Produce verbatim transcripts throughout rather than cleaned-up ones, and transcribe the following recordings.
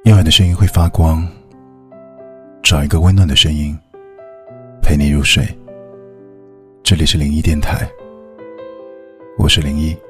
夜晚的声音会发光，找一个温暖的声音陪你入睡。这里是零一电台，我是零一。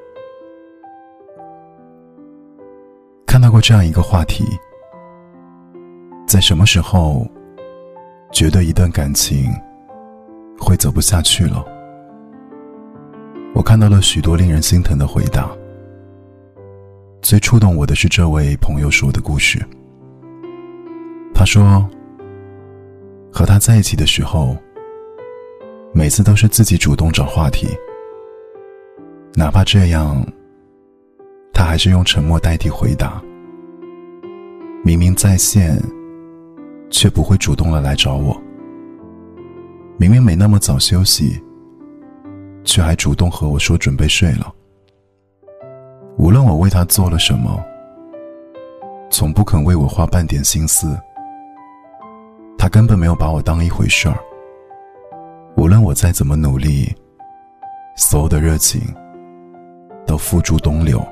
看到过这样一个话题，在什么时候觉得一段感情会走不下去了？我看到了许多令人心疼的回答，最触动我的是这位朋友说的故事。他说，和他在一起的时候，每次都是自己主动找话题，哪怕这样，他还是用沉默代替回答。明明在线，却不会主动的来找我。明明没那么早休息，却还主动和我说准备睡了。无论我为他做了什么，从不肯为我花半点心思。他根本没有把我当一回事儿。无论我再怎么努力，所有的热情都付诸东流。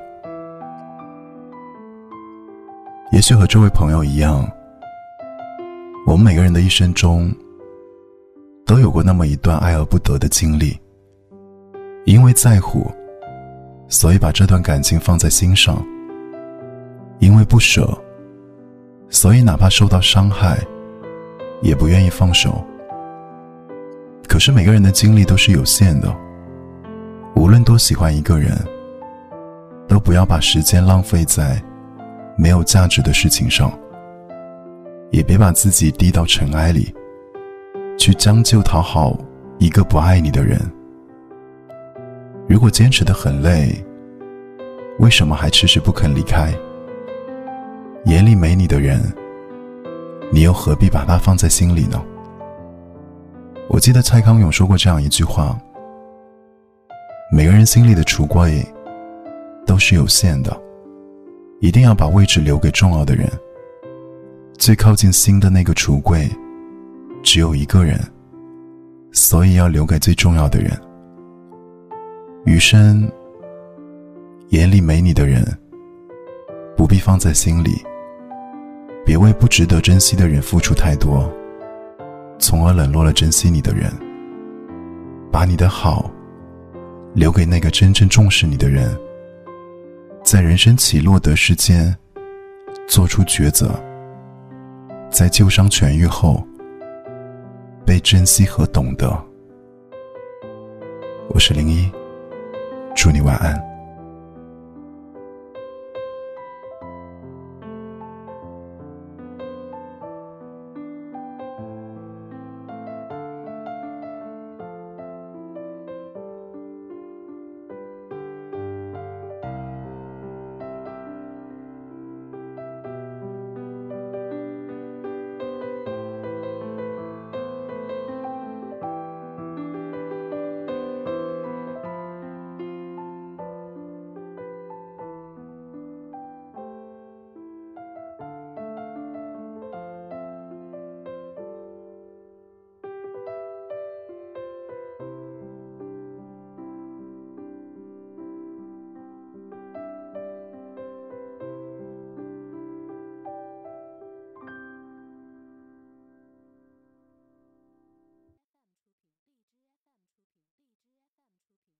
也许和这位朋友一样，我们每个人的一生中都有过那么一段爱而不得的经历，因为在乎，所以把这段感情放在心上，因为不舍，所以哪怕受到伤害也不愿意放手。可是每个人的精力都是有限的，无论多喜欢一个人，都不要把时间浪费在没有价值的事情上，也别把自己低到尘埃里，去将就讨好一个不爱你的人。如果坚持得很累，为什么还迟迟不肯离开？眼里没你的人，你又何必把它放在心里呢？我记得蔡康永说过这样一句话，每个人心里的橱柜都是有限的，一定要把位置留给重要的人。最靠近心的那个橱柜只有一个人，所以要留给最重要的人。余生眼里没你的人不必放在心里，别为不值得珍惜的人付出太多，从而冷落了珍惜你的人。把你的好留给那个真正重视你的人，在人生起落得失间做出抉择，在旧伤痊愈后被珍惜和懂得。我是零一，祝你晚安。